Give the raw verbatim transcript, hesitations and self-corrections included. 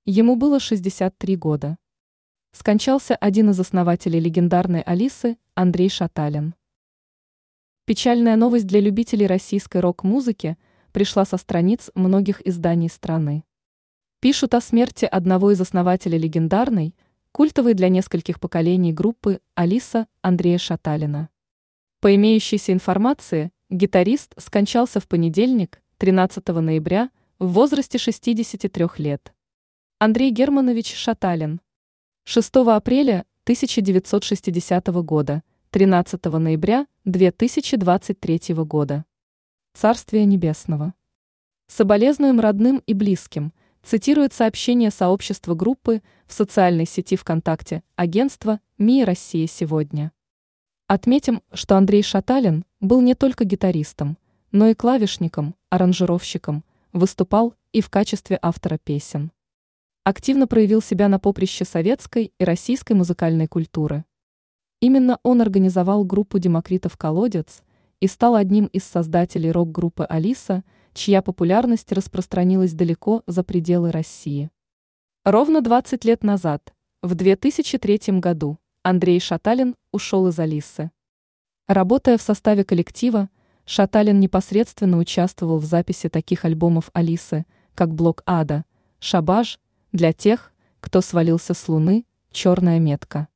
Ему было шестьдесят три года. Скончался один из основателей легендарной Алисы, Андрей Шаталин. Печальная новость для любителей российской рок-музыки пришла со страниц многих изданий страны. Пишут о смерти одного из основателей легендарной, культовой для нескольких поколений группы «Алиса» Андрея Шаталина. По имеющейся информации, гитарист скончался в понедельник, тринадцатого ноября, в возрасте шестидесяти трёх лет. Андрей Германович Шаталин. шестого апреля тысяча девятьсот шестидесятого года, тринадцатого ноября две тысячи двадцать третьего года. Царствие небесного. Соболезнуем родным и близким, цитирует сообщение сообщества группы в социальной сети ВКонтакте агентства МИА «Россия сегодня». Отметим, что Андрей Шаталин был не только гитаристом, но и клавишником, аранжировщиком, выступал и в качестве автора песен. Активно проявил себя на поприще советской и российской музыкальной культуры. Именно он организовал группу «Демокритов Колодец» и стал одним из создателей рок-группы «Алиса», чья популярность распространилась далеко за пределы России. Ровно двадцать лет назад, в две тысячи третьем году, Андрей Шаталин ушел из «Алисы». Работая в составе коллектива, Шаталин непосредственно участвовал в записи таких альбомов Алисы, как «Блок Ада», «Шабаш», «Для тех, кто свалился с Луны», «Черная метка».